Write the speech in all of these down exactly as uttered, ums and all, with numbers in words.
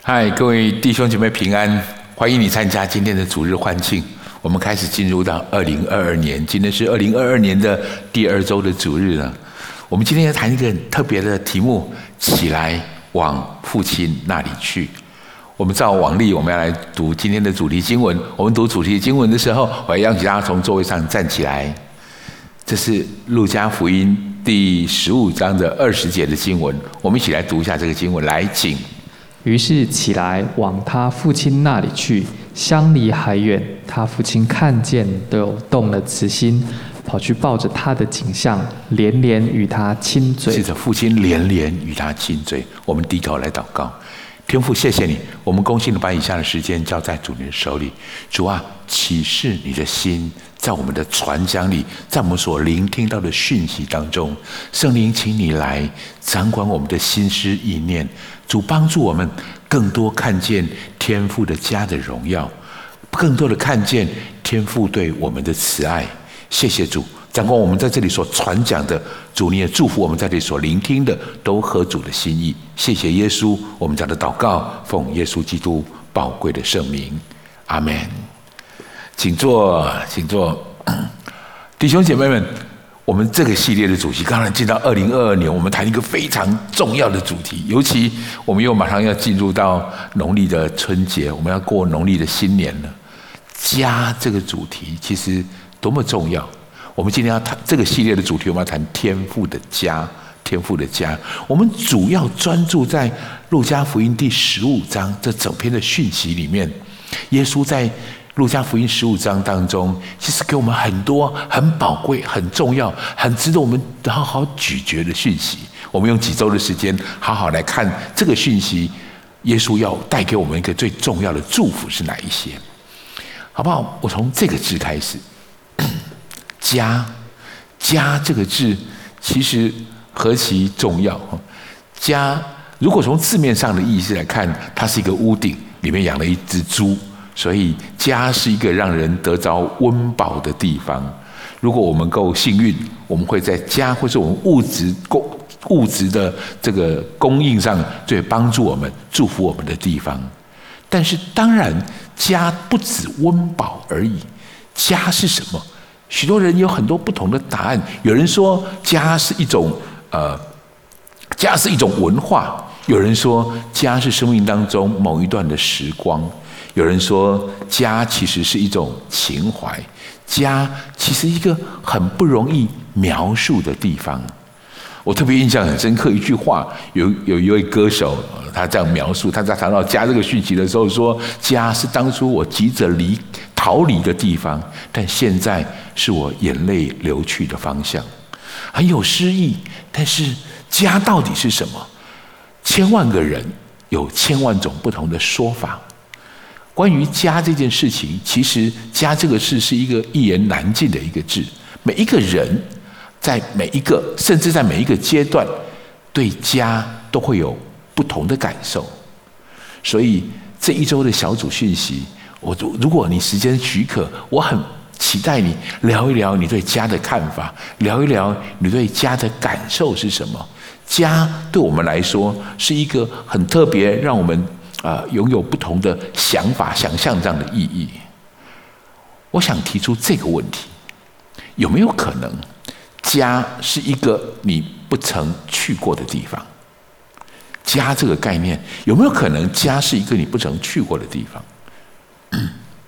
嗨，各位弟兄姐妹平安，欢迎你参加今天的主日欢庆。我们开始进入到二零二二年，今天是二零二二年的第二周的主日了。我们今天要谈一个很特别的题目：起来往父亲那里去。我们照往例，我们要来读今天的主题经文。我们读主题经文的时候，我要邀请大家从座位上站起来。这是路加福音第十五章的二十节的经文，我们一起来读一下这个经文。来，请。 于是起来往他父亲那里去，相离还远，他父亲看见，都有动了慈心，跑去抱着他的颈项，连连与他亲嘴。 是的，父亲连连与他亲嘴。我们低头来祷告。天父，谢谢你，我们恭敬的把以下的时间交在主你的手里。主啊，启示你的心在我们的传讲里，在我们所聆听到的讯息当中。圣灵，请你来掌管我们的心思意念。主，帮助我们更多看见天父的家的荣耀，更多的看见天父对我们的慈爱。谢谢主，掌管我们在这里所传讲的，主你也祝福我们在这里所聆听的都合主的心意。谢谢耶稣，我们这样的祷告奉耶稣基督宝贵的圣名，阿们。请坐，请坐。弟兄姐妹们，我们这个系列的主题刚才进到二零二二年，我们谈一个非常重要的主题，尤其我们又马上要进入到农历的春节，我们要过农历的新年了。家这个主题其实多么重要！我们今天要谈这个系列的主题，我们要谈天父的家，天父的家。我们主要专注在路加福音第十五章这整篇的讯息里面，耶稣在路加福音十五章当中，其实给我们很多很宝贵、很重要、很值得我们好好咀嚼的讯息。我们用几周的时间，好好来看这个讯息，耶稣要带给我们一个最重要的祝福是哪一些？好不好？我从这个字开始，家，家这个字其实何其重要！家，如果从字面上的意思来看，它是一个屋顶，里面养了一只猪。所以家是一个让人得着温饱的地方。如果我们够幸运，我们会在家或是我们物质物质的这个供应上最帮助我们、祝福我们的地方。但是当然，家不止温饱而已。家是什么？许多人有很多不同的答案。有人说家是一种呃，家是一种文化；有人说家是生命当中某一段的时光。有人说家其实是一种情怀，家其实一个很不容易描述的地方。我特别印象很深刻一句话，有有一位歌手，他这样描述，他在谈到家这个讯息的时候说，家是当初我急着离逃离的地方，但现在是我眼泪流去的方向。很有诗意，但是家到底是什么？千万个人有千万种不同的说法。关于家这件事情，其实家这个字是一个一言难尽的一个字。每一个人在每一个，甚至在每一个阶段，对家都会有不同的感受。所以这一周的小组讯息，我如果你时间许可，我很期待你聊一聊你对家的看法，聊一聊你对家的感受是什么。家对我们来说是一个很特别，让我们啊、呃，拥有不同的想法、想象这样的意义。我想提出这个问题：有没有可能，家是一个你不曾去过的地方？家这个概念，有没有可能家是一个你不曾去过的地方？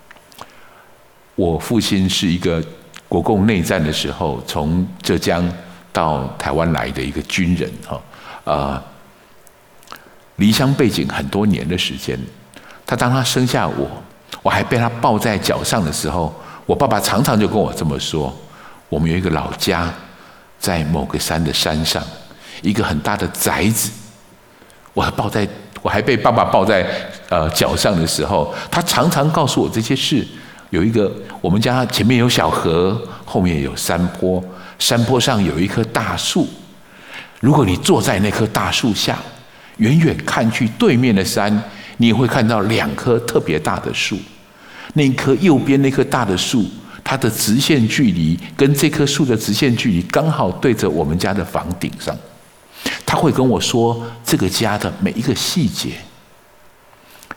我父亲是一个国共内战的时候从浙江到台湾来的一个军人，哈，呃。离乡背井很多年的时间，他当他生下我，我还被他抱在脚上的时候，我爸爸常常就跟我这么说：我们有一个老家，在某个山的山上，一个很大的宅子。我还抱在，我还被爸爸抱在呃脚上的时候，他常常告诉我这些事。有一个，我们家前面有小河，后面有山坡，山坡上有一棵大树。如果你坐在那棵大树下，远远看去，对面的山，你也会看到两棵特别大的树。那棵右边那棵大的树，它的直线距离跟这棵树的直线距离刚好对着我们家的房顶上。他会跟我说这个家的每一个细节。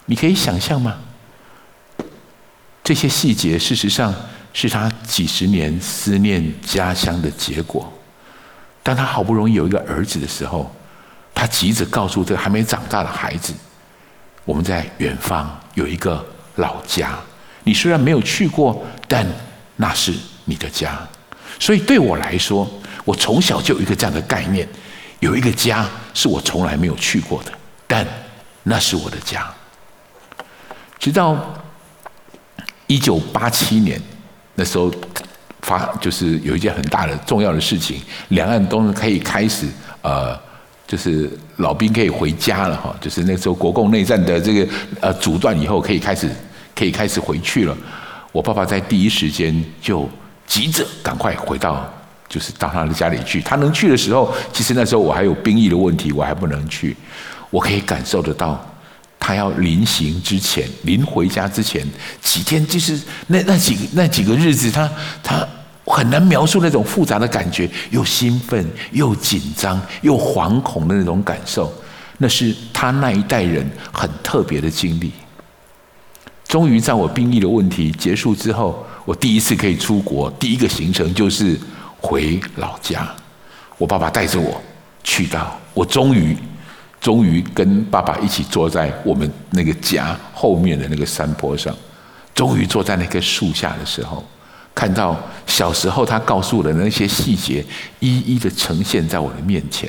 你可以想象吗？这些细节事实上是他几十年思念家乡的结果。当他好不容易有一个儿子的时候，他急着告诉这个还没长大的孩子，我们在远方有一个老家，你虽然没有去过，但那是你的家。所以对我来说，我从小就有一个这样的概念，有一个家是我从来没有去过的，但那是我的家。直到一九八七年，那时候发就是有一件很大的重要的事情，两岸都可以开始呃，就是老兵可以回家了哈，就是那时候国共内战的这个呃阻断以后，可以开始可以开始回去了。我爸爸在第一时间就急着赶快回到，就是到他的家里去。他能去的时候，其实那时候我还有兵役的问题，我还不能去。我可以感受得到，他要临行之前，临回家之前几天，就是那那几那几个日子，他他很难描述那种复杂的感觉，又兴奋又紧张又惶恐的那种感受，那是他那一代人很特别的经历。终于在我兵役的问题结束之后，我第一次可以出国，第一个行程就是回老家。我爸爸带着我去到，我终于终于跟爸爸一起坐在我们那个家后面的那个山坡上，终于坐在那棵树下的时候，看到小时候他告诉我的那些细节一一的呈现在我的面前，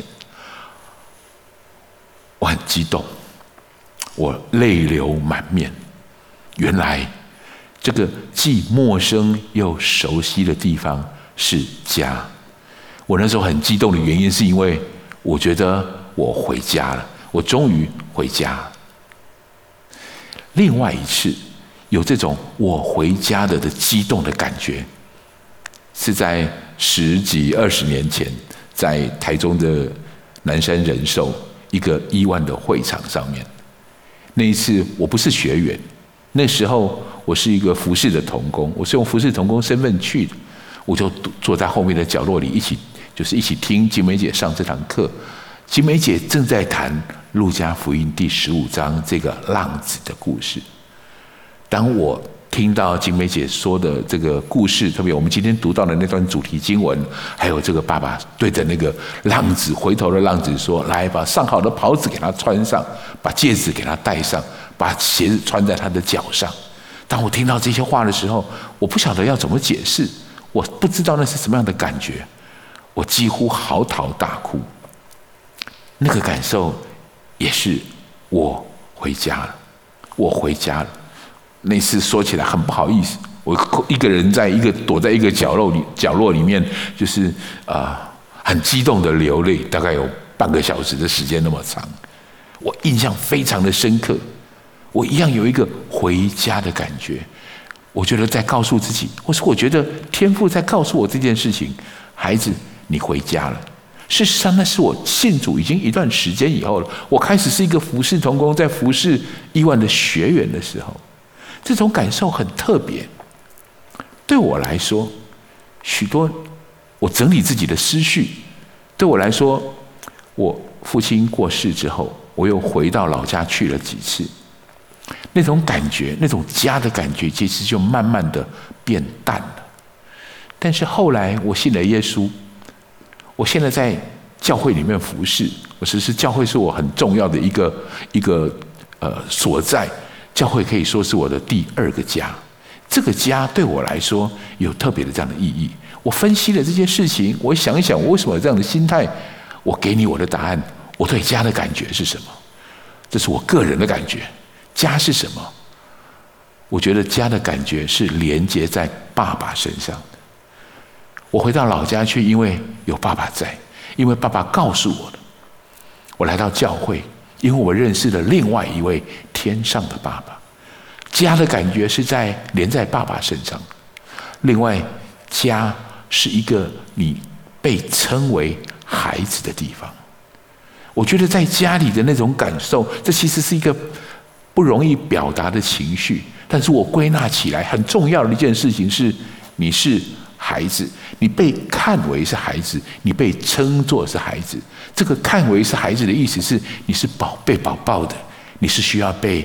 我很激动，我泪流满面。原来这个既陌生又熟悉的地方是家。我那时候很激动的原因是因为我觉得我回家了，我终于回家了。另外一次有这种我回家的的激动的感觉，是在十几二十年前，在台中的南山人寿一个亿万的会场上面。那一次我不是学员，那时候我是一个服侍的同工，我是用服侍同工身份去的，我就坐在后面的角落里，一起就是一起听金梅姐上这堂课。金梅姐正在谈路加福音第十五章这个浪子的故事。当我听到金梅姐说的这个故事，特别我们今天读到的那段主题经文，还有这个爸爸对着那个浪子回头的浪子说：“来，把上好的袍子给他穿上，把戒指给他戴上，把鞋子穿在他的脚上。”当我听到这些话的时候，我不晓得要怎么解释，我不知道那是什么样的感觉，我几乎嚎啕大哭。那个感受也是我回家了，我回家了。那次说起来很不好意思，我一个人在一个躲在一个角落里角落里面，就是啊、呃、很激动的流泪，大概有半个小时的时间那么长，我印象非常的深刻。我一样有一个回家的感觉，我觉得在告诉自己，或是我觉得天父在告诉我这件事情：孩子，你回家了。事实上，那是我信主已经一段时间以后了。我开始是一个服侍同工，在服侍亿万的学员的时候，这种感受很特别。对我来说，许多我整理自己的思绪，对我来说，我父亲过世之后，我又回到老家去了几次。那种感觉，那种家的感觉，其实就慢慢的变淡了。但是后来我信了耶稣，我现在在教会里面服侍，我其实教会是我很重要的一个一个呃所在，教会可以说是我的第二个家。这个家对我来说有特别的这样的意义。我分析了这些事情，我想一想我为什么有这样的心态，我给你我的答案。我对家的感觉是什么？这是我个人的感觉。家是什么？我觉得家的感觉是连接在爸爸身上的。我回到老家去，因为有爸爸在，因为爸爸告诉我的。我来到教会，因为我认识了另外一位天上的爸爸。家的感觉是在连在爸爸身上。另外，家是一个你被称为孩子的地方。我觉得在家里的那种感受，这其实是一个不容易表达的情绪，但是我归纳起来很重要的一件事情是，你是孩子，你被看为是孩子，你被称作是孩子。这个看为是孩子的意思是，你是宝贝宝宝的，你是需要被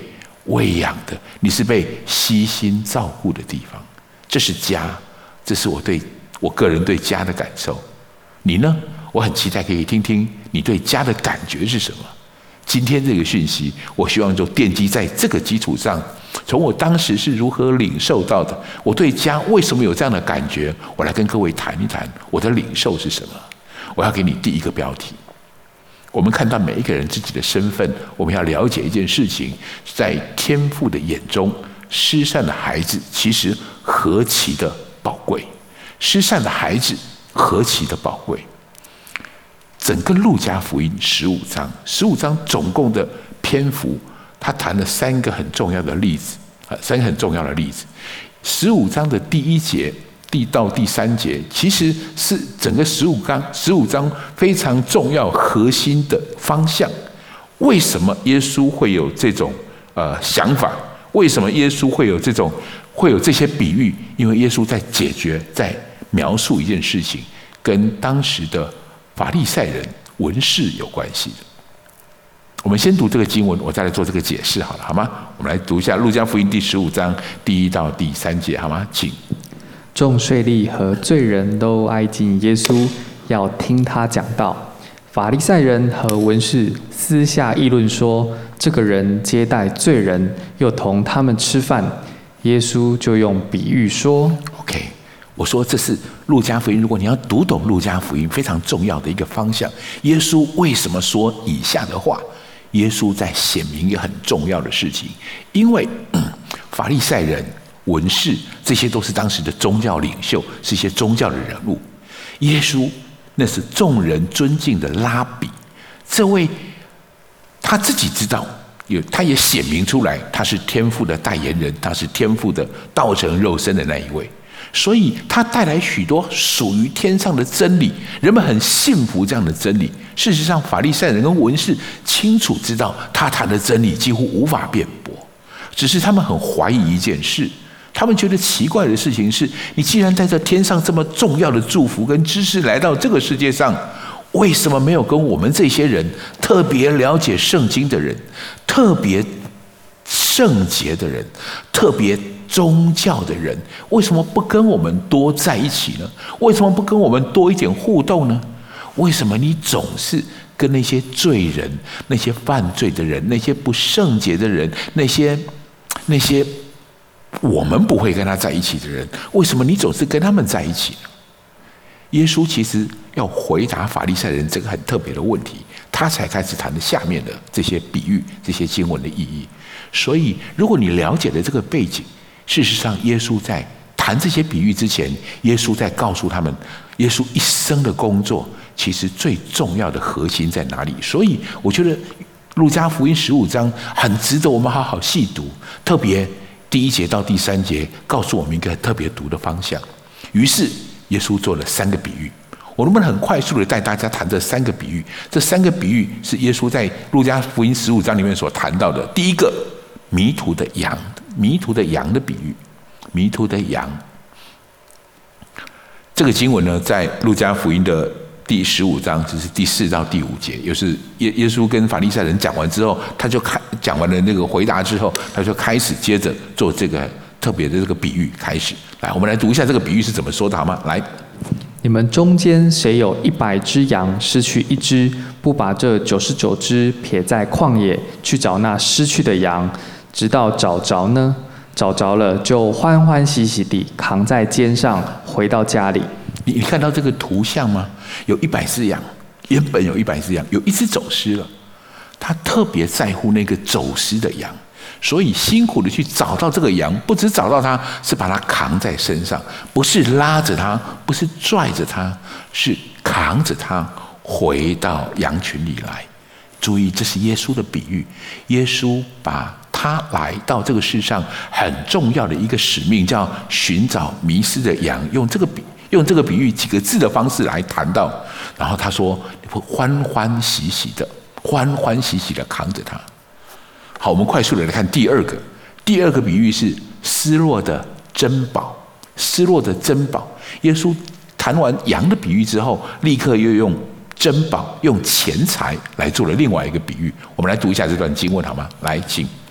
喂养的，你是被悉心照顾的地方。这是家，这是我对我个人对家的感受。你呢？我很期待可以听听你对家的感觉是什么。今天这个讯息，我希望就奠基在这个基础上，从我当时是如何领受到的，我对家为什么有这样的感觉，我来跟各位谈一谈我的领受是什么。我要给你第一个标题。我们看到每一个人自己的身份，我们要了解一件事情，在天父的眼中，失散的孩子其实何其的宝贵，失散的孩子何其的宝贵。整个路加福音十五章，十五章总共的篇幅，他谈了三个很重要的例子，三个很重要的例子。十五章的第一节第到第三节，其实是整个十五章十五章非常重要核心的方向。为什么耶稣会有这种呃想法？为什么耶稣会有这种会有这些比喻？因为耶稣在解决，在描述一件事情，跟当时的法利赛人文士有关系的。我们先读这个经文，我再来做这个解释，好了，好吗？我们来读一下路加福音第十五章第一到第三节，好吗？请。 众税吏和罪人都挨近耶稣，要听他讲道。法利赛人和文士私下议论说，这个人接待罪人，又同他们吃饭。耶稣就用比喻说 ：“OK， 我说这是路加福音。如果你要读懂路加福音，非常重要的一个方向。耶稣为什么说以下的话？耶稣在显明一个很重要的事情，因为、嗯、法利赛人、文士，这些都是当时的宗教领袖，是一些宗教的人物。耶稣那是众人尊敬的拉比，这位他自己知道，有他也显明出来，他是天父的代言人，他是天父的道成肉身的那一位，所以他带来许多属于天上的真理，人们很信服这样的真理。事实上，法利赛人跟文士清楚知道他谈的真理几乎无法辩驳，只是他们很怀疑一件事。他们觉得奇怪的事情是，你既然带着天上这么重要的祝福跟知识来到这个世界上，为什么没有跟我们这些人特别了解圣经的人、特别圣洁的人、特别宗教的人，为什么不跟我们多在一起呢？为什么不跟我们多一点互动呢？为什么你总是跟那些罪人、那些犯罪的人、那些不圣洁的人、那些那些我们不会跟他在一起的人，为什么你总是跟他们在一起呢？耶稣其实要回答法利赛人这个很特别的问题，他才开始谈的下面的这些比喻、这些经文的意义。所以，如果你了解了这个背景，事实上，耶稣在谈这些比喻之前，耶稣在告诉他们，耶稣一生的工作其实最重要的核心在哪里。所以，我觉得路加福音十五章很值得我们好好细读，特别第一节到第三节告诉我们一个特别读的方向。于是，耶稣做了三个比喻。我能不能很快速的带大家谈这三个比喻？这三个比喻是耶稣在路加福音十五章里面所谈到的。第一个，迷途的羊，迷途的羊的比喻，迷途的羊。这个经文呢，在路加福音的第十五章，就是第四到第五节，又是耶耶稣跟法利赛人讲完之后，他就开讲完了那个回答之后，他就开始接着做这个特别的这个比喻开始。来，我们来读一下这个比喻是怎么说的，好吗？来， 你们中间谁有一百只羊，失去一只，不把这九十九只撇在旷野，去找那失去的羊，直到找着呢？找着了，就欢欢喜喜地扛在肩上，回到家里。 你你看到这个图像吗？有一百只羊，原本有一百只羊，有一只走失了，他特别在乎那个走失的羊，所以辛苦的去找到这个羊，不只找到它，是把它扛在身上，不是拉着它，不是拽着它，是扛着它回到羊群里来。注意，这是耶稣的比喻。耶稣把他来到这个世上很重要的一个使命，叫寻找迷失的羊，用这个比用这个比喻几个字的方式来谈到。然后他说：“你会欢欢喜喜的，欢欢喜喜的扛着它。”好，我们快速的来看第二个。第二个比喻是失落的珍宝，失落的珍宝。耶稣谈完羊的比喻之后，立刻又用珍宝、用钱财来做了另外一个比喻。我们来读一下这段经文好吗？来，请。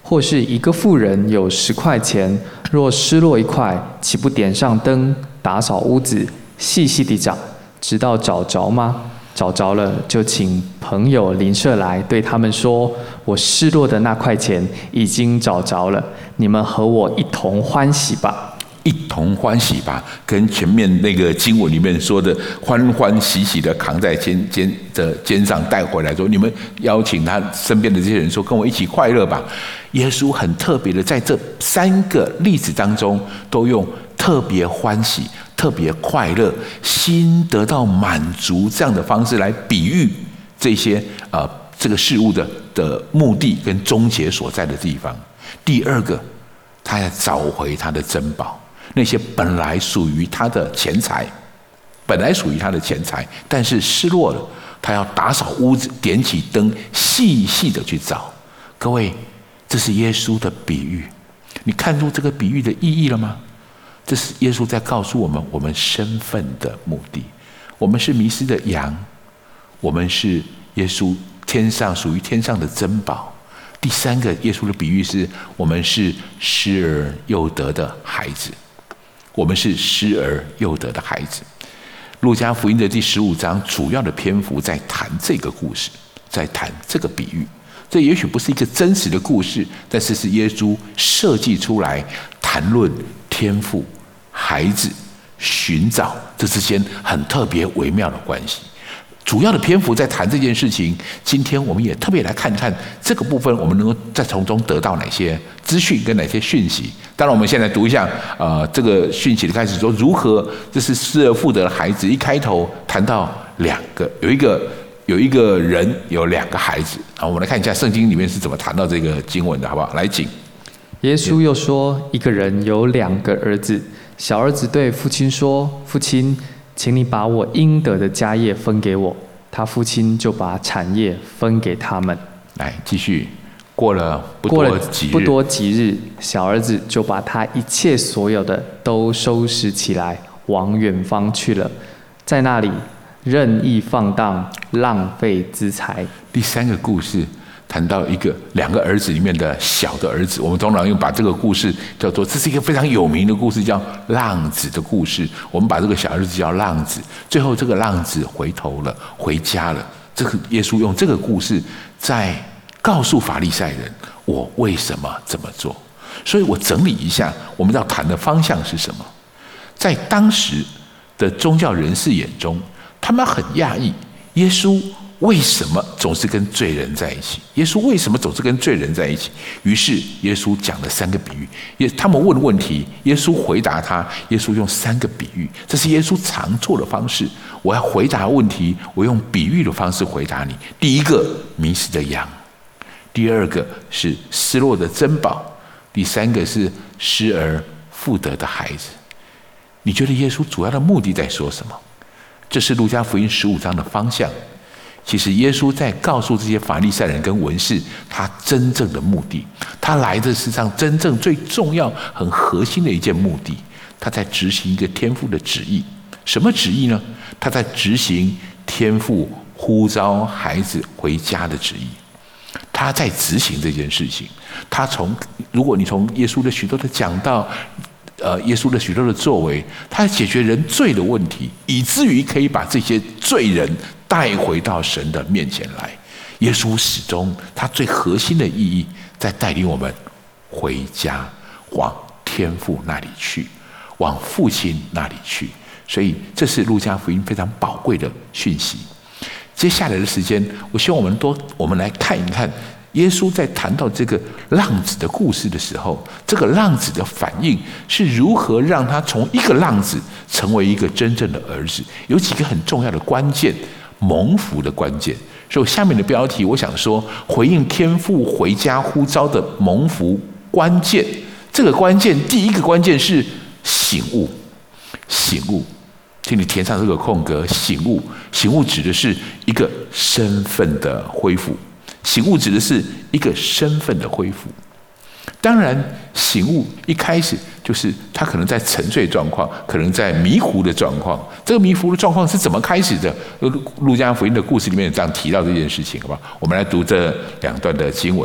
或是一个妇人有十块钱，若失落一块，岂不点上灯，打扫屋子，细细地找，直到找着吗？找着了，就请朋友邻舍来，对他们说：我失落的那块钱已经找着了，你们和我一同欢喜吧。 一同欢喜吧，跟前面那个经文里面说的欢欢喜喜的扛在肩肩的肩上带回来，说你们邀请他身边的这些人说，跟我一起快乐吧。耶稣很特别的在这三个例子当中，都用特别欢喜、特别快乐、心得到满足这样的方式来比喻这些呃这个事物的的目的跟终结所在的地方。第二个，他要找回他的珍宝。那些本来属于他的钱财，本来属于他的钱财，但是失落了，他要打扫屋子，点起灯，细细的去找。各位，这是耶稣的比喻，你看出这个比喻的意义了吗？这是耶稣在告诉我们我们身份的目的。我们是迷失的羊，我们是耶稣天上属于天上的珍宝。第三个，耶稣的比喻是我们是失而又得的孩子。我们是失而又得的孩子。路加福音的第十五章主要的篇幅在谈这个故事，在谈这个比喻。这也许不是一个真实的故事，但是是耶稣设计出来谈论天父、孩子、寻找这之间很特别微妙的关系。主要的篇幅在谈这件事情，今天我们也特别来看看这个部分，我们能够在从中得到哪些资讯跟哪些讯息。当然我们现在读一下呃这个讯息的开始说，如何这是失而复得的孩子。一开头谈到两个，有一个有一个人有两个孩子啊，我们来看一下圣经里面是怎么谈到这个经文的，好不好？来，请。 耶稣又说，一个人有两个儿子，小儿子对父亲说：父亲，请你把我应得的家业分给我。他父亲就把产业分给他们。 来，继续。过了不多几日， 不多几日，小儿子就把他一切所有的都收拾起来，往远方去了，在那里任意放荡，浪费资财。 第三个故事谈到一个两个儿子里面的小的儿子，我们通常用把这个故事叫做，这是一个非常有名的故事，叫浪子的故事。我们把这个小儿子叫浪子，最后这个浪子回头了，回家了。这个耶稣用这个故事在告诉法利赛人，我为什么这么做。所以我整理一下我们要谈的方向是什么。在当时的宗教人士眼中，他们很讶异耶稣为什么总是跟罪人在一起？耶稣为什么总是跟罪人在一起？于是耶稣讲了三个比喻，他们问问题，耶稣回答他，耶稣用三个比喻，这是耶稣常做的方式。我要回答问题，我用比喻的方式回答你。第一个，迷失的羊；第二个是失落的珍宝；第三个是失而复得的孩子。你觉得耶稣主要的目的在说什么？这是路加福音十五章的方向。其实耶稣在告诉这些法利赛人跟文士，他真正的目的，他来的世上真正最重要、很核心的一件目的，他在执行一个天父的旨意。什么旨意呢？他在执行天父呼召孩子回家的旨意。他在执行这件事情。他从，如果你从耶稣的许多的讲道，呃，耶稣的许多的作为，他解决人罪的问题，以至于可以把这些罪人带回到神的面前来。耶稣始终他最核心的意义，在带领我们回家，往天父那里去，往父亲那里去。所以这是路加福音非常宝贵的讯息。接下来的时间，我希望我们多我们来看一看耶稣在谈到这个浪子的故事的时候，这个浪子的反应是如何让他从一个浪子成为一个真正的儿子。有几个很重要的关键，蒙福的关键。所以下面的标题我想说，回应天父回家呼召的蒙福关键。这个关键，第一个关键是醒悟。醒悟，请你填上这个空格。醒悟，醒悟指的是一个身份的恢复。醒悟指的是一个身份的恢复。当然，醒悟一开始就是他可能在沉睡状况，可能在迷糊的状况。这个迷糊的状况是怎么开始的？路加福音的故事里面有这样提到这件事情，好不好？我们来读这两段的经文。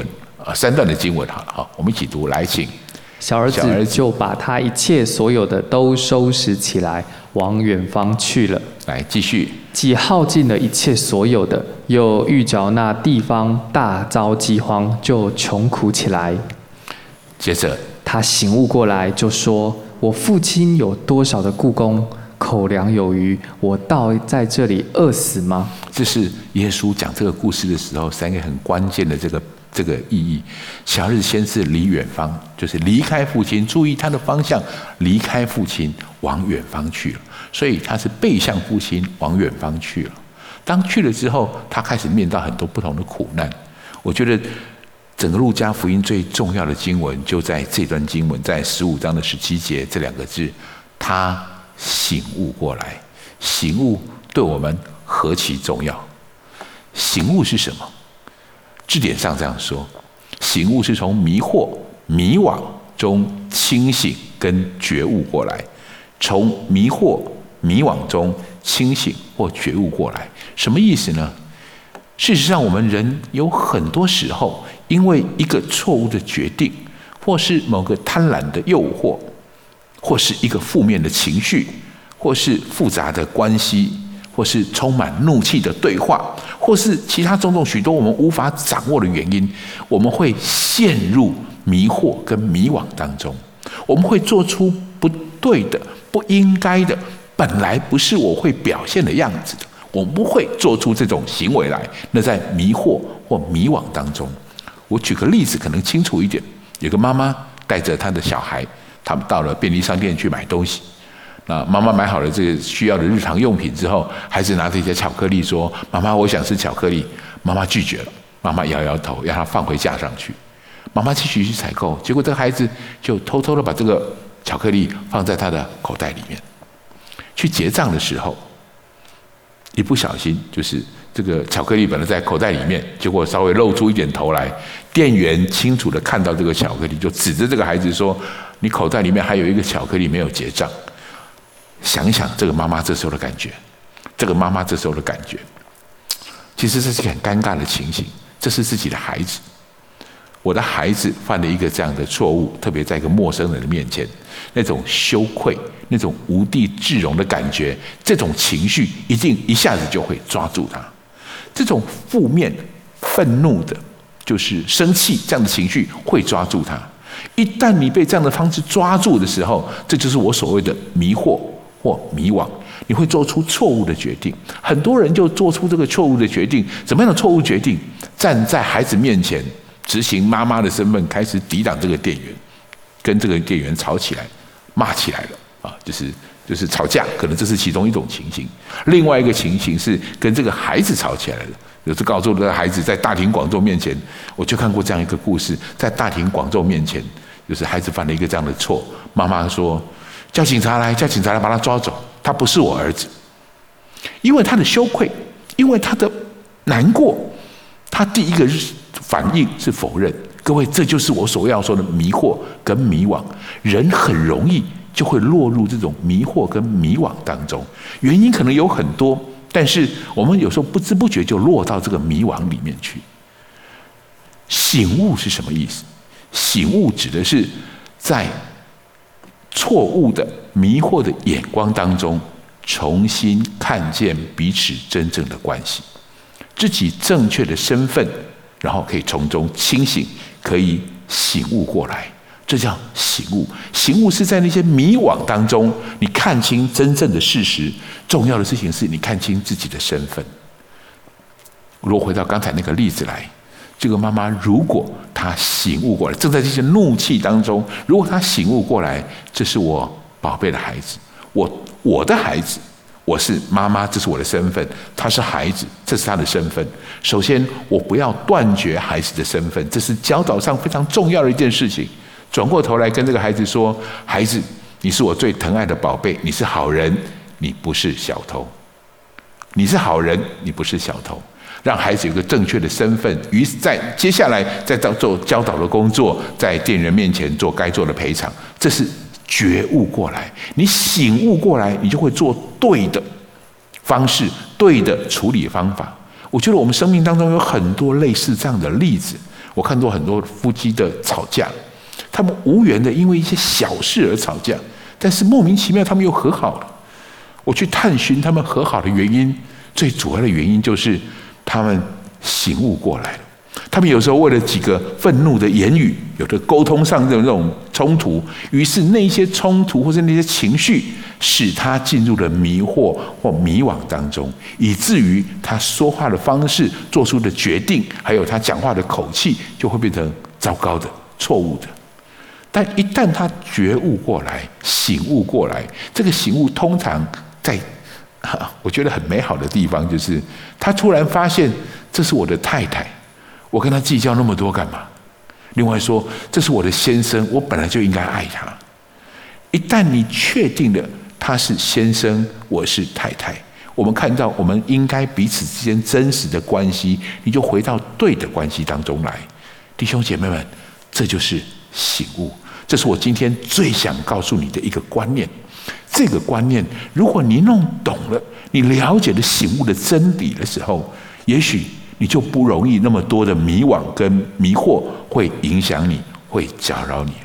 啊，三段的经文好了哈，我们一起读，来，请。 小儿子就把他一切所有的都收拾起来，往远方去了。 来，继续。 既耗尽了一切所有的，又遇着那地方大遭饥荒，就穷苦起来。 接着他醒悟过来，就说：“我父亲有多少的雇工，口粮有余，我倒在这里饿死吗？” 这是耶稣讲这个故事的时候，三个很关键的这个这个意义。小儿子先是离远方，就是离开父亲，注意他的方向，离开父亲往远方去了，所以他是背向父亲往远方去了。当去了之后，他开始面到很多不同的苦难。我觉得整个路加福音最重要的经文就在这段经文，在十五章的十七节这两个字，他醒悟过来。醒悟对我们何其重要！醒悟是什么？字典上这样说：醒悟是从迷惑、迷惘中清醒跟觉悟过来，从迷惑、迷惘中清醒或觉悟过来。什么意思呢？事实上，我们人有很多时候，因为一个错误的决定，或是某个贪婪的诱惑，或是一个负面的情绪，或是复杂的关系，或是充满怒气的对话，或是其他种种许多我们无法掌握的原因，我们会陷入迷惑跟迷惘当中，我们会做出不对的、不应该的，本来不是我会表现的样子的，我们不会做出这种行为来。那在迷惑或迷惘当中，我举个例子可能清楚一点。有个妈妈带着她的小孩，他们到了便利商店去买东西。那妈妈买好了这个需要的日常用品之后，孩子拿着一些巧克力说：“妈妈，我想吃巧克力。”妈妈拒绝了，妈妈摇摇头，让他放回架上去。妈妈继续去采购，结果这个孩子就偷偷的把这个巧克力放在他的口袋里面。去结账的时候，一不小心就是这个巧克力本来在口袋里面，结果稍微露出一点头来，店员清楚的看到这个巧克力，就指着这个孩子说：“你口袋里面还有一个巧克力没有结账。”想一想这个妈妈这时候的感觉，这个妈妈这时候的感觉，其实这是很尴尬的情形。这是自己的孩子，我的孩子犯了一个这样的错误，特别在一个陌生人的面前，那种羞愧、那种无地自容的感觉，这种情绪一定一下子就会抓住他。这种负面、愤怒的，就是生气这样的情绪会抓住他。一旦你被这样的方式抓住的时候，这就是我所谓的迷惑或迷惘，你会做出错误的决定。很多人就做出这个错误的决定。怎么样的错误决定？站在孩子面前，执行妈妈的身份，开始抵挡这个店员，跟这个店员吵起来，骂起来了啊，就是就是吵架，可能这是其中一种情形。另外一个情形是跟这个孩子吵起来了。有次告诉这个孩子在大庭广众面前，我就看过这样一个故事，在大庭广众面前，就是孩子犯了一个这样的错，妈妈说：“叫警察来，叫警察来把他抓走，他不是我儿子。”因为他的羞愧，因为他的难过，他第一个反应是否认。各位，这就是我所要说的迷惑跟迷惘。人很容易就会落入这种迷惑跟迷惘当中，原因可能有很多，但是我们有时候不知不觉就落到这个迷惘里面去。醒悟是什么意思？醒悟指的是在错误的迷惑的眼光当中，重新看见彼此真正的关系，自己正确的身份，然后可以从中清醒，可以醒悟过来。这叫醒悟。醒悟是在那些迷惘当中，你看清真正的事实。重要的事情是你看清自己的身份。如果回到刚才那个例子来，这个妈妈如果她醒悟过来，正在这些怒气当中，如果她醒悟过来，这是我宝贝的孩子，我我的孩子，我是妈妈，这是我的身份；他是孩子，这是他的身份。首先，我不要断绝孩子的身份，这是教导上非常重要的一件事情。转过头来跟这个孩子说：“孩子，你是我最疼爱的宝贝，你是好人，你不是小偷。你是好人，你不是小偷。”让孩子有个正确的身份，于是在接下来再做教导的工作，在店员面前做该做的赔偿，这是觉悟过来。你醒悟过来，你就会做对的方式，对的处理方法。我觉得我们生命当中有很多类似这样的例子。 我看到很多夫妻的吵架，他们无缘的因为一些小事而吵架，但是莫名其妙他们又和好了。我去探寻他们和好的原因，最主要的原因就是他们醒悟过来了。他们有时候为了几个愤怒的言语，有的沟通上的那种冲突，于是那些冲突或者那些情绪，使他进入了迷惑或迷惘当中，以至于他说话的方式、做出的决定，还有他讲话的口气，就会变成糟糕的、错误的。但一旦他觉悟过来、醒悟过来，这个醒悟通常在我觉得很美好的地方，就是他突然发现，这是我的太太，我跟他计较那么多干嘛？另外说，这是我的先生，我本来就应该爱他。一旦你确定了他是先生，我是太太，我们看到我们应该彼此之间真实的关系，你就回到对的关系当中来。弟兄姐妹们，这就是醒悟，这是我今天最想告诉你的一个观念。这个观念，如果你弄懂了，你了解了醒悟的真理的时候，也许你就不容易那么多的迷惘跟迷惑会影响你，会搅扰你。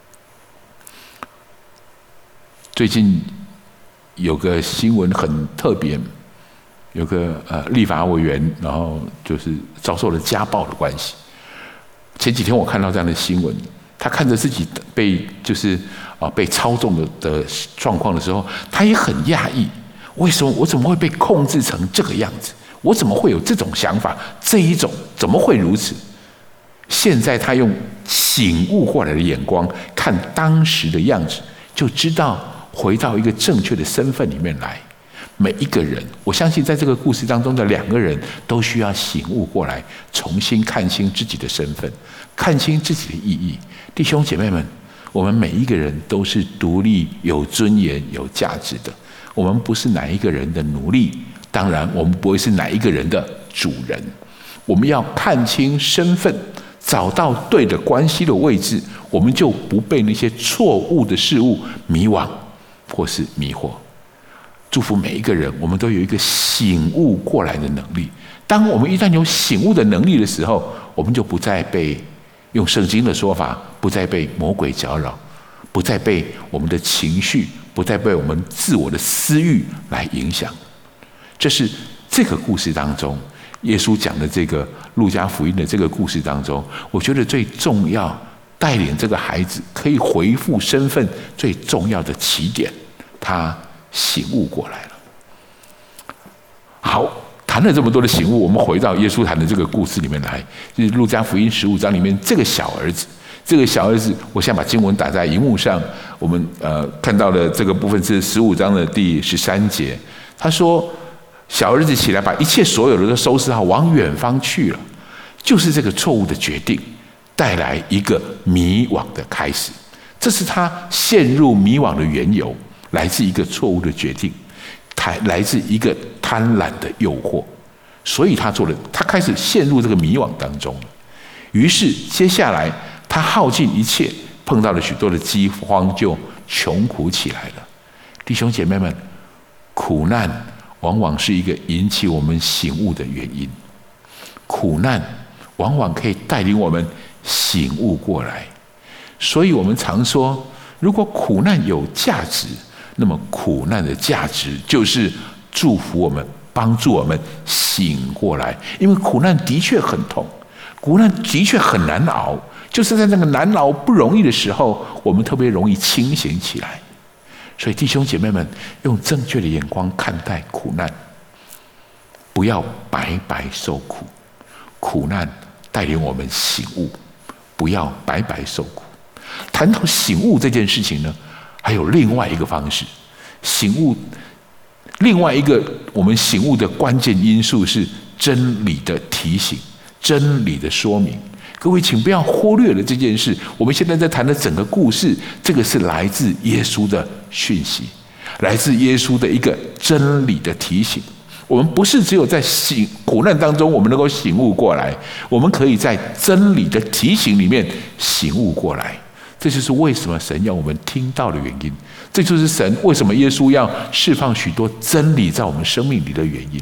最近有个新闻很特别，有个呃立法委员，然后就是遭受了家暴的关系。前几天我看到这样的新闻，他看着自己被就是啊被操纵的的状况的时候，他也很讶异，为什么我怎么会被控制成这个样子？我怎么会有这种想法？这一种怎么会如此？现在他用醒悟过来的眼光看当时的样子，就知道回到一个正确的身份里面来。每一个人，我相信在这个故事当中的两个人都需要醒悟过来，重新看清自己的身份，看清自己的意义。弟兄姐妹们，我们每一个人都是独立、有尊严、有价值的。我们不是哪一个人的奴隶，当然我们不会是哪一个人的主人。我们要看清身份，找到对的关系的位置，我们就不被那些错误的事物迷惘或是迷惑。祝福每一个人，我们都有一个醒悟过来的能力。当我们一旦有醒悟的能力的时候，我们就不再被用圣经的说法，不再被魔鬼搅扰，不再被我们的情绪，不再被我们自我的私欲来影响。这是这个故事当中，耶稣讲的这个路加福音的这个故事当中，我觉得最重要带领这个孩子可以恢复身份最重要的起点，他醒悟过来了。好，谈了这么多的醒悟，我们回到耶稣谈的这个故事里面来，就是路加福音十五章里面这个小儿子。这个小儿子，我现在把经文打在荧幕上，我们呃看到的这个部分是十五章的第十三节。他说：“小儿子起来，把一切所有的都收拾好，往远方去了。”就是这个错误的决定带来一个迷惘的开始，这是他陷入迷惘的缘由。来自一个错误的决定，来自一个贪婪的诱惑，所以他做了，他开始陷入这个迷惘当中了。于是接下来他耗尽一切，碰到了许多的饥荒，就穷苦起来了。弟兄姐妹们，苦难往往是一个引起我们醒悟的原因，苦难往往可以带领我们醒悟过来。所以我们常说，如果苦难有价值，那么苦难的价值就是祝福我们，帮助我们醒过来。因为苦难的确很痛，苦难的确很难熬，就是在那个难熬不容易的时候，我们特别容易清醒起来。所以弟兄姐妹们，用正确的眼光看待苦难，不要白白受苦。苦难带领我们醒悟，不要白白受苦。谈到醒悟这件事情呢，还有另外一个方式，醒悟，另外一个我们醒悟的关键因素是真理的提醒，真理的说明。各位请不要忽略了这件事。我们现在在谈的整个故事，这个是来自耶稣的讯息，来自耶稣的一个真理的提醒。我们不是只有在醒苦难当中我们能够醒悟过来，我们可以在真理的提醒里面醒悟过来。这就是为什么神要我们听到的原因，这就是神为什么耶稣要释放许多真理在我们生命里的原因。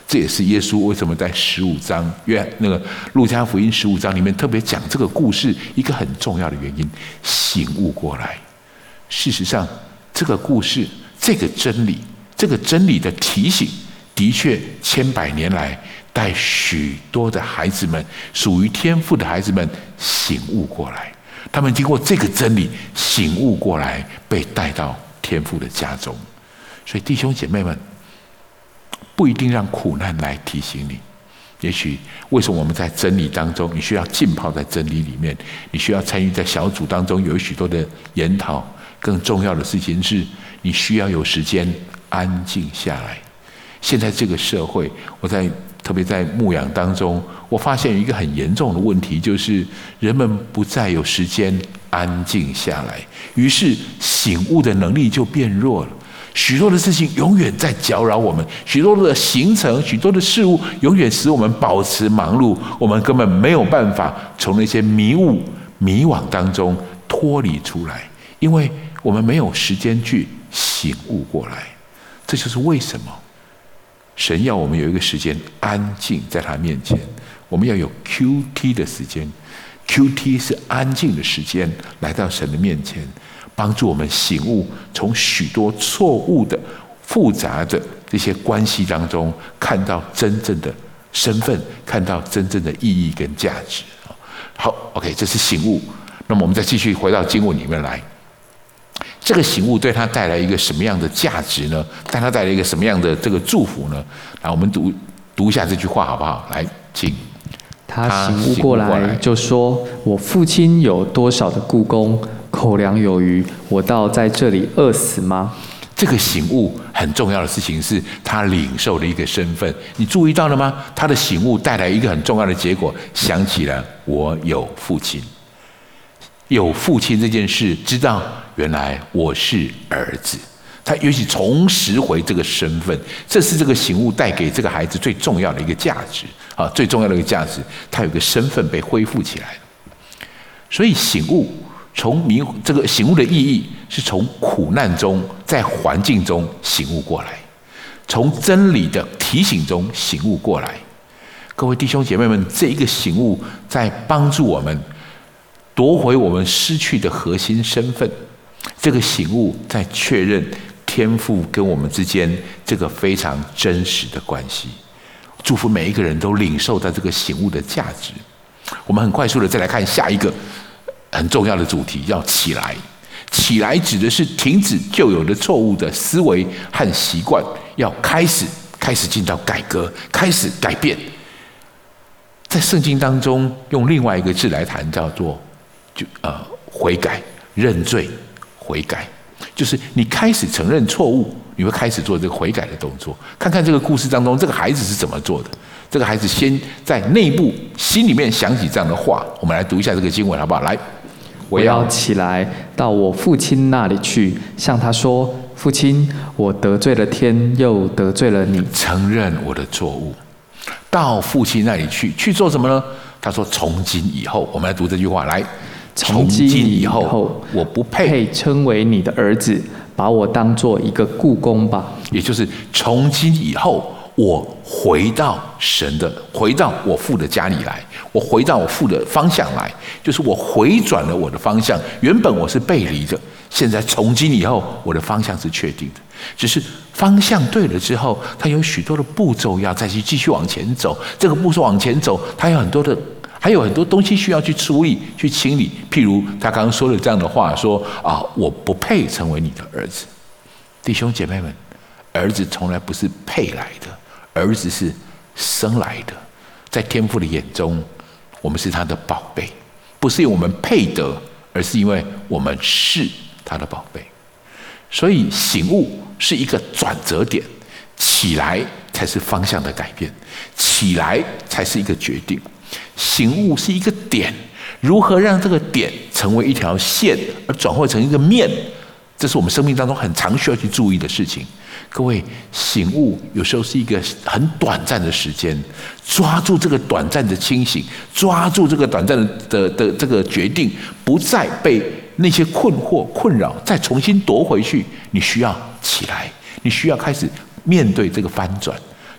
这也是耶稣为什么在十五章约那个路加福音十五章里面特别讲这个故事一个很重要的原因，醒悟过来。事实上，这个故事、这个真理、这个真理的提醒，的确千百年来带许多的孩子们，属于天父的孩子们醒悟过来。他们经过这个真理醒悟过来，被带到天父的家中。所以弟兄姐妹们，不一定让苦难来提醒你，也许为什么我们在真理当中，你需要浸泡在真理里面，你需要参与在小组当中有许多的研讨。更重要的事情是，你需要有时间安静下来。现在这个社会，我在特别在牧养当中，我发现有一个很严重的问题，就是人们不再有时间安静下来，于是醒悟的能力就变弱了。许多的事情永远在搅扰我们，许多的行程、许多的事物永远使我们保持忙碌，我们根本没有办法从那些迷雾、迷惘当中脱离出来，因为我们没有时间去醒悟过来。这就是为什么神要我们有一个时间安静在他面前，我们要有 Q T 的时间。 Q T 是安静的时间，来到神的面前，帮助我们醒悟，从许多错误的复杂的这些关系当中，看到真正的身份，看到真正的意义跟价值。好 OK， 这是醒悟。那么我们再继续回到经文里面来，这个醒悟对他带来一个什么样的价值呢？对他带来一个什么样的这个祝福呢？来，我们读读一下这句话好不好？来，请。 他醒悟过来，就说：“我父亲有多少的雇工，口粮有余，我倒在这里饿死吗？” 这个醒悟很重要的事情是他领受的一个身份，你注意到了吗？他的醒悟带来一个很重要的结果，想起了我有父亲，有父亲这件事，知道原来我是儿子。他也许重拾回这个身份，这是这个醒悟带给这个孩子最重要的一个价值啊，最重要的一个价值，他有个身份被恢复起来了。所以醒悟，从迷这个醒悟的意义是从苦难中，在环境中醒悟过来，从真理的提醒中醒悟过来。各位弟兄姐妹们，这一个醒悟在帮助我们夺回我们失去的核心身份，这个醒悟在确认天父跟我们之间这个非常真实的关系。祝福每一个人都领受到这个醒悟的价值。我们很快速的再来看下一个很重要的主题，要起来。起来指的是停止旧有的错误的思维和习惯，要开始开始进到改革，开始改变。在圣经当中用另外一个字来谈，叫做就呃悔改、认罪、悔改，就是你开始承认错误，你会开始做这个悔改的动作。看看这个故事当中，这个孩子是怎么做的。这个孩子先在内部心里面想起这样的话，我们来读一下这个经文好不好？来， 我要起来到我父亲那里去，向他说：父亲，我得罪了天，又得罪了你。 承认我的错误，到父亲那里去，去做什么呢？他说：从今以后，我们来读这句话，来。从今以后，我不配配称为你的儿子，把我当做一个雇工吧。 也就是从今以后，我回到神的，回到我父的家里来，我回到我父的方向来，就是我回转了我的方向。原本我是背离的，现在从今以后，我的方向是确定的。只是方向对了之后，他有许多的步骤要再去继续往前走。这个步骤往前走，他有很多的。还有很多东西需要去处理、去清理，譬如他刚刚说了这样的话，说啊，我不配成为你的儿子。弟兄姐妹们，儿子从来不是配来的，儿子是生来的。在天父的眼中，我们是他的宝贝，不是因为我们配得，而是因为我们是他的宝贝。所以醒悟是一个转折点，起来才是方向的改变，起来才是一个决定。醒悟是一个点，如何让这个点成为一条线，而转化成一个面，这是我们生命当中很常需要去注意的事情。各位，醒悟有时候是一个很短暂的时间，抓住这个短暂的清醒，抓住这个短暂的的的这个决定，不再被那些困惑困扰，再重新夺回去。你需要起来，你需要开始面对这个翻转。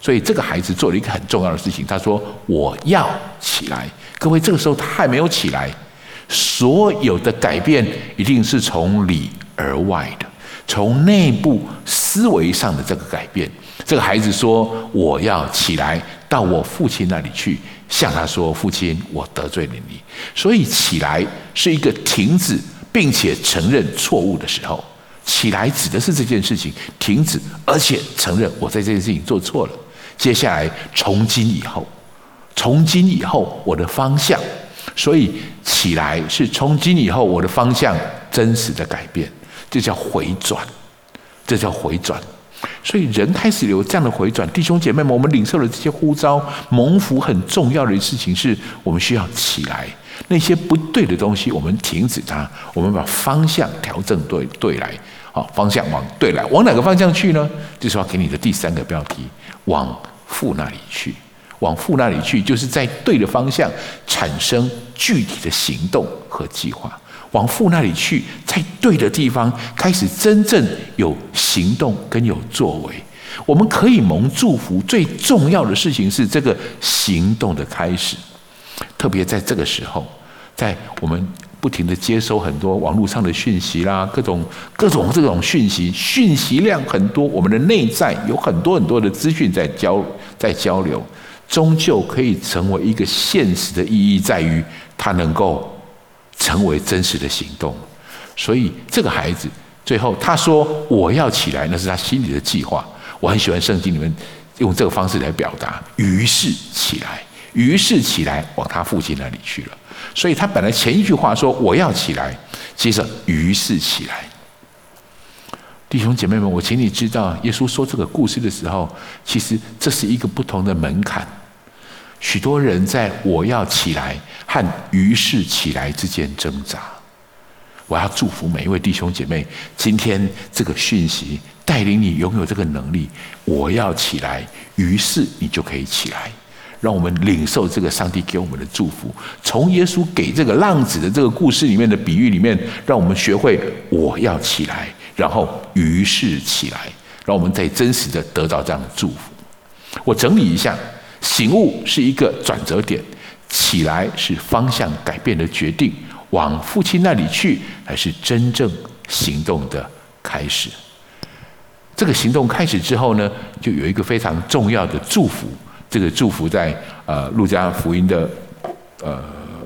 所以这个孩子做了一个很重要的事情，他说我要起来。各位，这个时候他还没有起来，所有的改变一定是从里而外的，从内部思维上的这个改变。这个孩子说我要起来到我父亲那里去，向他说父亲，我得罪了你。所以起来是一个停止并且承认错误的时候。起来指的是这件事情停止，而且承认我在这件事情做错了。接下来从今以后，从今以后我的方向，所以起来是从今以后我的方向真实的改变，这叫回转，这叫回转。所以人开始有这样的回转，弟兄姐妹们，我们领受了这些呼召，蒙福很重要的事情是我们需要起来，那些不对的东西我们停止它，我们把方向调整对对来。好，方向往对来，往哪个方向去呢？就是要给你的第三个标题，往父那里去。往父那里去，就是在对的方向产生具体的行动和计划。往父那里去，在对的地方开始真正有行动跟有作为。我们可以蒙祝福，最重要的事情是这个行动的开始。特别在这个时候，在我们不停地接收很多网络上的讯息啦，各种各种这种讯息，讯息量很多，我们的内在有很多很多的资讯在交在交流，终究可以成为一个现实的意义，在于它能够成为真实的行动。所以这个孩子最后他说我要起来，那是他心里的计划。我很喜欢圣经里面用这个方式来表达，于是起来，于是起来往他父亲那里去了。所以他本来前一句话说我要起来，接着于是起来。弟兄姐妹们，我请你知道，耶稣说这个故事的时候，其实这是一个不同的门槛。许多人在我要起来和于是起来之间挣扎。我要祝福每一位弟兄姐妹，今天这个讯息带领你拥有这个能力，我要起来，于是你就可以起来。让我们领受这个上帝给我们的祝福，从耶稣给这个浪子的这个故事里面的比喻里面，让我们学会我要起来，然后于是起来，让我们在真实的得到这样的祝福。我整理一下，醒悟是一个转折点，起来是方向改变的决定，往父亲那里去才是真正行动的开始。这个行动开始之后呢，就有一个非常重要的祝福。这个祝福在呃路加福音的呃，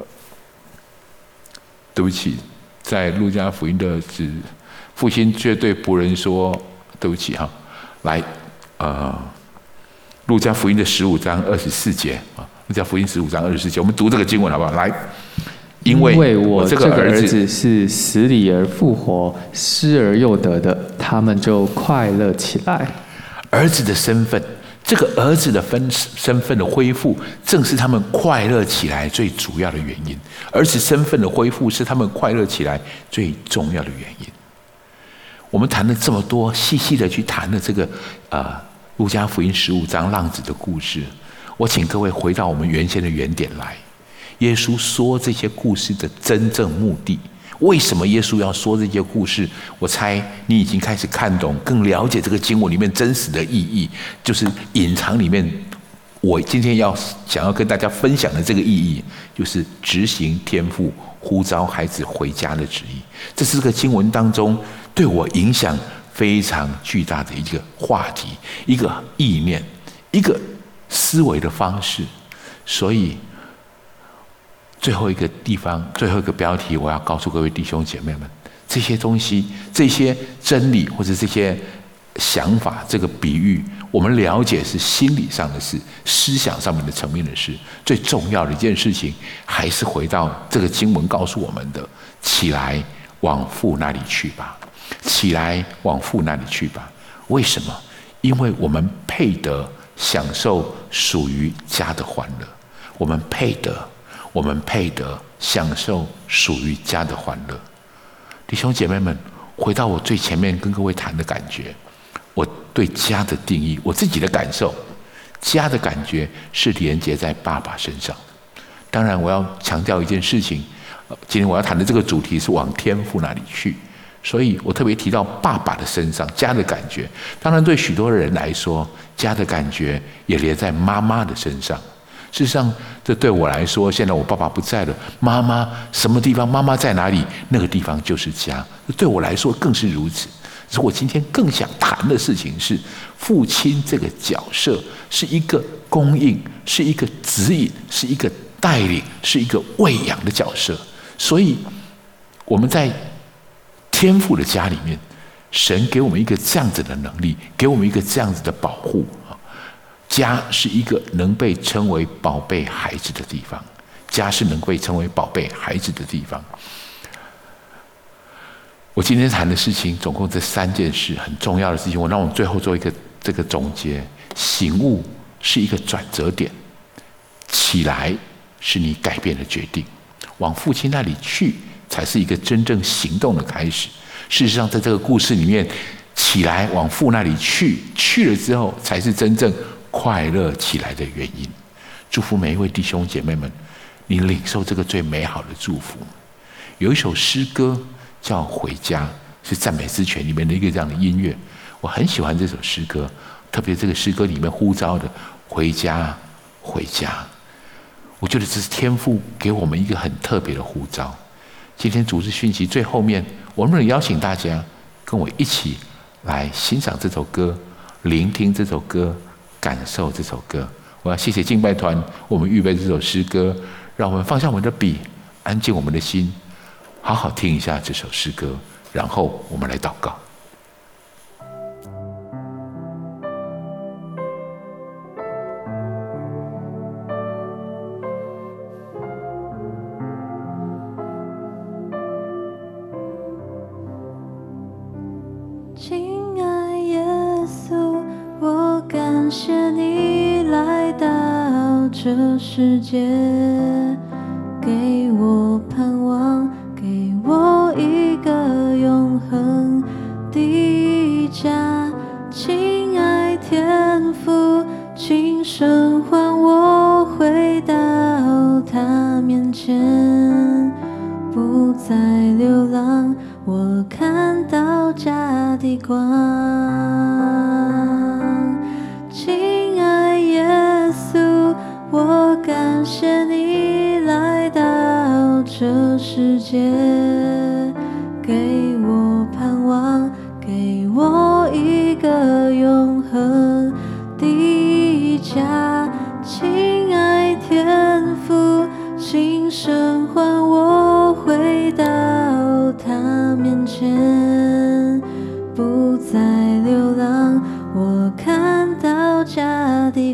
对不起，在路加福音的是父亲却对仆人说：“对不起哈，来呃，路加福音的十五章二十四节啊，路加福音十五章二十四节，我们读这个经文好不好？来，因为我这个儿子是死里而复活，失而又得的，他们就快乐起来。 儿子的身份。”这个儿子的分身份的恢复，正是他们快乐起来最主要的原因。儿子身份的恢复是他们快乐起来最重要的原因。我们谈了这么多，细细的去谈了这个呃路加福音十五章浪子的故事。我请各位回到我们原先的原点来。耶稣说这些故事的真正目的。为什么耶稣要说这些故事？我猜你已经开始看懂，更了解这个经文里面真实的意义，就是隐藏里面我今天要想要跟大家分享的这个意义，就是执行天父呼召孩子回家的旨意。这是这个经文当中对我影响非常巨大的一个话题，一个意念，一个思维的方式。所以最后一个地方，最后一个标题，我要告诉各位弟兄姐妹们，这些东西，这些真理或者这些想法，这个比喻，我们了解是心理上的事，思想上面的层面的事。最重要的一件事情，还是回到这个经文告诉我们的：起来，往父那里去吧！起来，往父那里去吧！为什么？因为我们配得享受属于家的欢乐，我们配得。我们配得享受属于家的欢乐。弟兄姐妹们，回到我最前面跟各位谈的感觉，我对家的定义，我自己的感受，家的感觉是连接在爸爸身上。当然我要强调一件事情，今天我要谈的这个主题是往天父那里去，所以我特别提到爸爸的身上，家的感觉。当然对许多人来说， 家的感觉也连在妈妈的身上。事实上，这对我来说，现在我爸爸不在了，妈妈什么地方，妈妈在哪里，那个地方就是家。对我来说更是如此。可是我今天更想谈的事情是，父亲这个角色是一个供应，是一个指引，是一个带领，是一个喂养的角色。所以我们在天父的家里面，神给我们一个这样子的能力，给我们一个这样子的保护。家是一个能被称为宝贝孩子的地方，家是能被称为宝贝孩子的地方。我今天谈的事情总共这三件事，很重要的事情，我让我最后做一个这个总结。醒悟是一个转折点，起来是你改变的决定，往父亲那里去才是一个真正行动的开始。事实上，在这个故事里面，起来往父那里去，去了之后才是真正快乐起来的原因。祝福每一位弟兄姐妹们，你领受这个最美好的祝福。有一首诗歌叫《回家》，是赞美之泉里面的一个这样的音乐，我很喜欢这首诗歌，特别这个诗歌里面呼召的回家回家，我觉得这是天父给我们一个很特别的呼召。今天主日讯息最后面，我能不能邀请大家跟我一起来欣赏这首歌，聆听这首歌，感受这首歌。我要谢谢敬拜团，我们预备这首诗歌，让我们放下我们的笔，安静我们的心，好好听一下这首诗歌，然后我们来祷告。 亲爱耶稣，我感谢你来到这世界，给我盼望，给我一个永恒的家。亲爱天父，请神唤我回到他面前，不再流浪，我看到家的光。亲爱耶稣，我感谢你来到这世界，给我盼望，给我一个永恒的家。亲爱天父，请神唤我回到他面前，不再流浪，我看到家的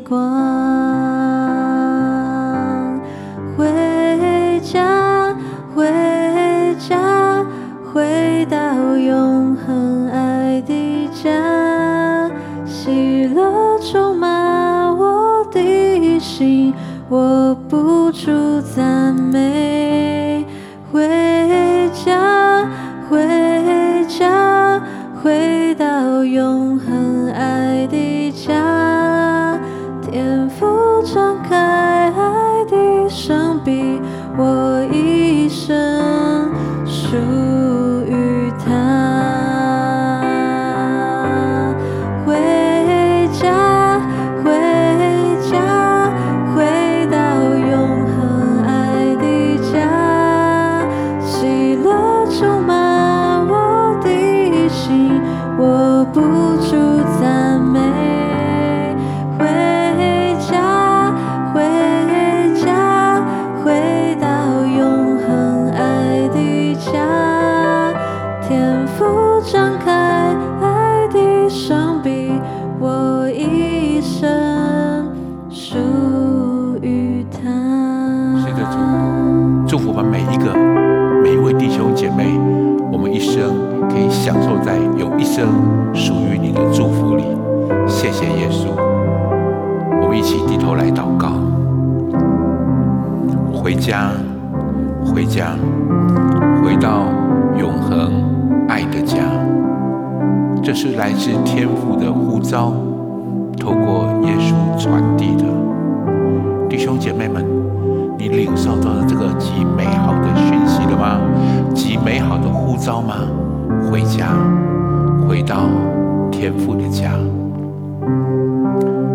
光。回家，回家，回到永恒爱的家，喜乐充满我的心，我不住赞美。回家，回家，回到永恒爱的家，天父张开爱的手臂，我一生属于他。回家，回家，回到永恒爱的家，喜乐充满我的心，我不住赞美。回家，回家，回到永恒爱的家，天父张开爱的双臂，我一生属于他。 是的，主，祝福我们每一个每一位弟兄姐妹，我们一生可以享受在有一生属于你的祝福里。谢谢耶稣，我们一起低头来祷告。回家，回家，回到永恒爱的家，这是来自天父的呼召，透过耶稣传递的。弟兄姐妹们，你领受到了这个极美好的讯息了吗？极美好的呼召吗？回家，回到天父的家。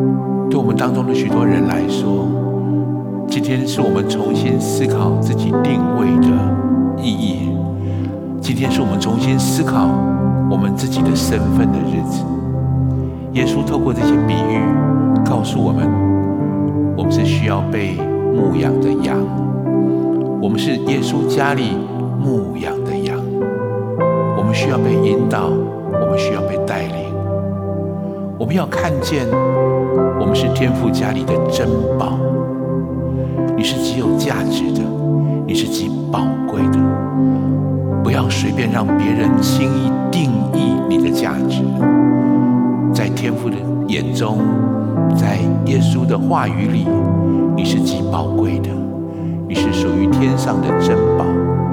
我们当中的许多人来说，今天是我们重新思考自己定位的意义，今天是我们重新思考我们自己的身份的日子。耶稣透过这些比喻告诉我们，我们是需要被牧养的羊，我们是耶稣家里牧养的羊，我们需要被引导，我们需要被带领，我们要看见我们是天父家里的珍宝。你是极有价值的，你是极宝贵的，不要随便让别人轻易定义你的价值。在天父的眼中，在耶稣的话语里，你是极宝贵的，你是属于天上的珍宝。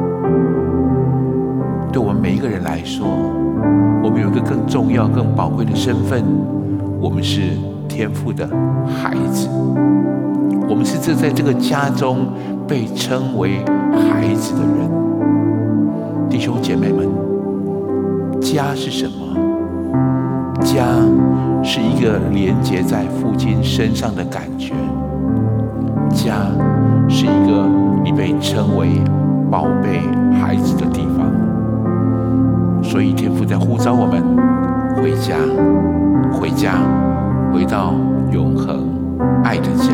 对我们每一个人来说，我们有一个更重要更宝贵的身份，我们是天父的孩子，我们是这在这个家中被称为孩子的人。弟兄姐妹们，家是什么？家是一个连结在父亲身上的感觉，家是一个你被称为宝贝孩子的地方。所以天父在呼召我们回家，回家，回到永恒爱的家。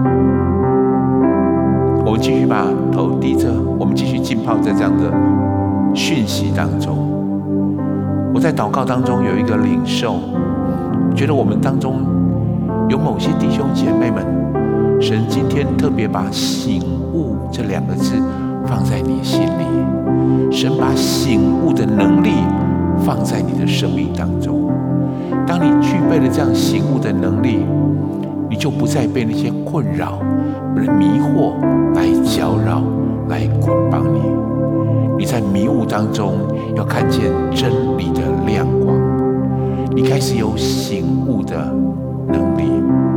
我们继续把头低着，我们继续浸泡在这样的讯息当中。我在祷告当中有一个领受，觉得我们当中有某些弟兄姐妹们，神今天特别把醒悟这两个字放在你心里，神把醒悟的能力放在你的生命当中。当你具备了这样醒悟的能力，你就不再被那些困扰、迷惑来搅扰、来捆绑你。你在迷雾当中要看见真理的亮光，你开始有醒悟的能力。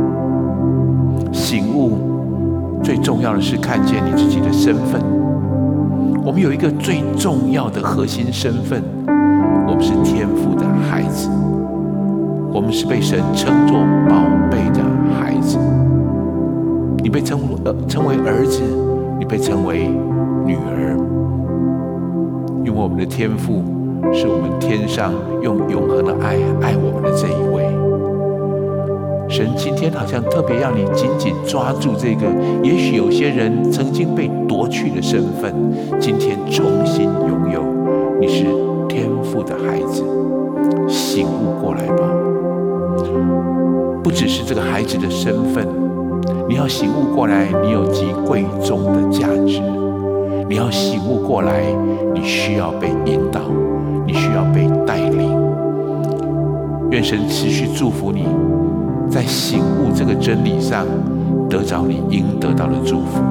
醒悟最重要的是看见你自己的身份。我们有一个最重要的核心身份，我们是天父的孩子，我们是被神称作宝贝的孩子。你被称呃称为儿子，你被称为女儿，因为我们的天父是我们天上用永恒的爱爱我们的这一位。神今天好像特别让你紧紧抓住这个，也许有些人曾经被夺去的身份，今天重新拥有。你是天父的孩子，醒悟过来吧。不只是这个孩子的身份，你要醒悟过来，你有极贵重的价值。你要醒悟过来，你需要被引导，你需要被带领。愿神持续祝福你，在醒悟这个真理上得着你应得到的祝福。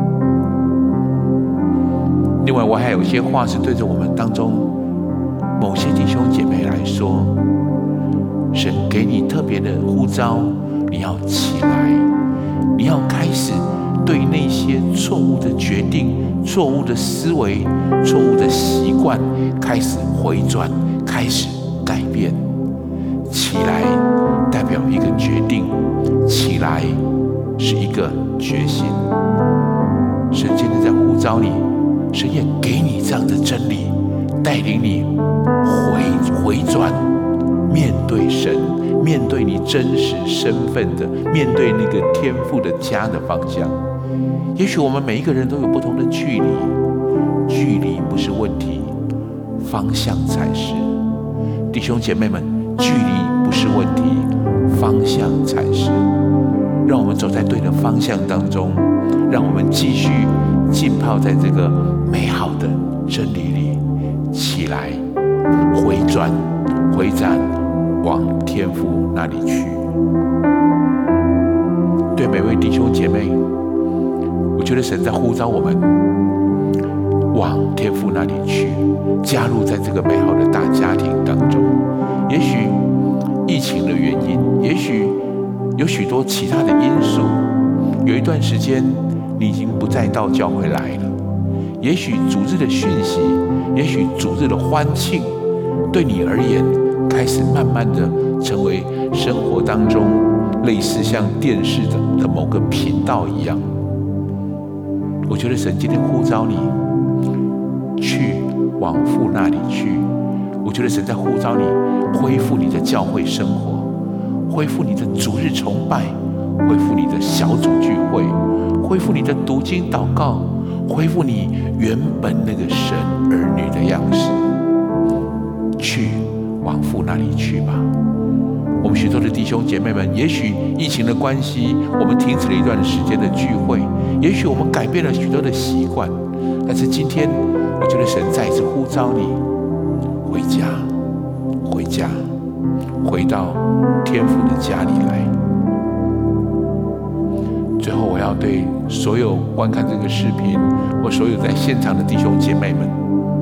另外，我还有一些话是对着我们当中某些弟兄姐妹来说，神给你特别的呼召，你要起来，你要开始对那些错误的决定、错误的思维、错误的习惯开始回转，开始改变。起来代表一个决定，起来是一个决心。神今天在呼召你，神也给你这样的真理，带领你回回转，面对神，面对你真实身份的，面对那个天父的家的方向。也许我们每一个人都有不同的距离，距离不是问题，方向才是。弟兄姐妹们，距离不是问题，方向才是。让我们走在对的方向当中，让我们继续浸泡在这个美好的真理里，起来，回转，回转，往天父那里去。对每位弟兄姐妹，我觉得神在呼召我们往天父那里去，加入在这个美好的大家庭当中。也许疫情的原因，也许有许多其他的因素，有一段时间你已经不再到教会来了。也许主日的讯息，也许主日的欢庆，对你而言开始慢慢的成为生活当中类似像电视的的某个频道一样。我觉得神今天呼召你去往父那里去。我觉得神在呼召你恢复你的教会生活，恢复你的主日崇拜，恢复你的小组聚会，恢复你的读经祷告，恢复你原本那个神儿女的样式。去往父那里去吧。我们许多的弟兄姐妹们，也许疫情的关系，我们停止了一段时间的聚会，也许我们改变了许多的习惯，但是今天我觉得神再一次呼召你回家，回家，回到天父的家里来。最后，我要对所有观看这个视频或所有在现场的弟兄姐妹们、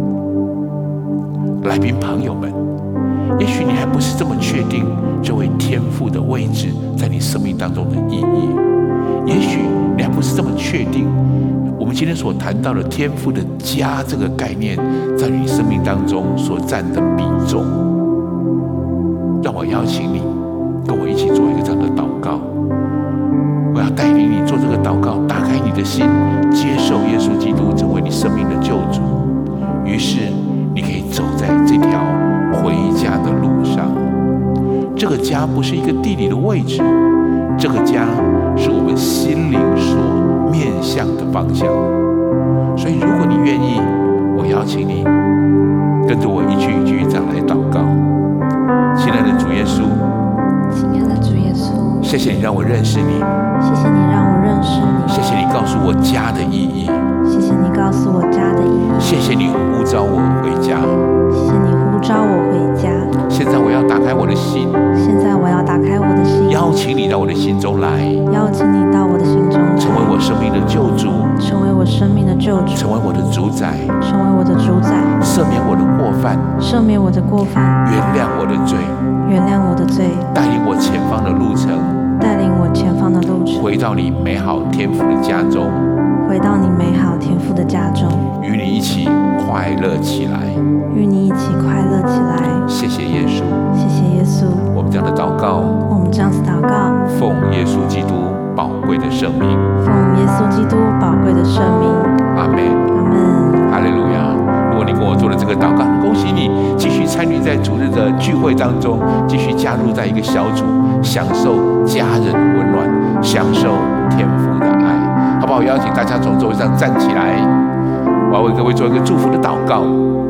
来宾朋友们，也许你还不是这么确定这位天父的位置在你生命当中的意义，也许你还不是这么确定我们今天所谈到的天父的家这个概念在你生命当中所占的比重。让我邀请你跟我一起做一个这样的祷告。我要带领你做这个祷告，打开你的心，接受耶稣基督成为你生命的救主。于是你可以走在这条回家的路上。这个家不是一个地理的位置，这个家是我们心灵所面向的方向。所以如果你愿意，我邀请你跟着我一句一句这样来祷告。亲爱的主耶稣， 亲爱的主耶稣， 谢谢你让我认识你， 谢谢你让我认识你， 谢谢你告诉我家的意义， 谢谢你告诉我家的意义， 谢谢你呼召我回家， 谢谢你呼召我回家。 现在我要打开我的心， 现在我要打开我的心， 邀请你到我的心中来， 邀请你到我的心中来， 成为我生命的救主， 成为我生命的救主， 成为我的主宰， 成为我的主宰， 赦免我的过犯， 赦免我的过犯， 原谅我的罪， 原谅我的罪， 带领我前方的路程， 带领我前方的路程， 回到你美好天父的家中， 回到你美好天父的家中， 与你一起快乐起来， 与你一起快乐起来。 谢谢耶稣， 谢谢耶稣。 我们这样的祷告， 我们这样子祷告， 奉耶稣基督宝贵的圣名， 奉耶稣基督宝贵的圣名。 阿们， 阿们。 哈利路亚。如果你跟我做了这个祷告，恭喜你继续参与在主日的聚会当中，继续加入在一个小组，享受家人的温暖，享受天父的爱，好不好？邀请大家从座位上站起来，我要为各位做一个祝福的祷告。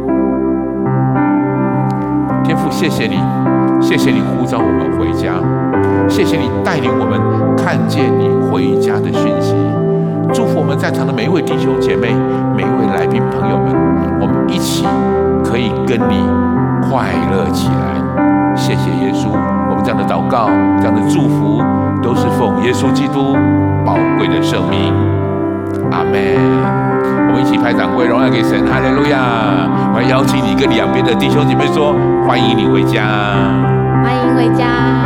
天父，谢谢你，谢谢你呼召我们回家，谢谢你带领我们看见你回家的讯息。祝福我们在场的每一位弟兄姐妹，每一位来宾朋友们，我们一起可以跟你快乐起来。谢谢耶稣，我们这样的祷告，这样的祝福，都是奉耶稣基督宝贵的圣名。阿们。我们一起拍掌归荣耀给神，哈利路亚！我要邀请你跟两边的弟兄姐妹说：欢迎你回家， 欢迎回家。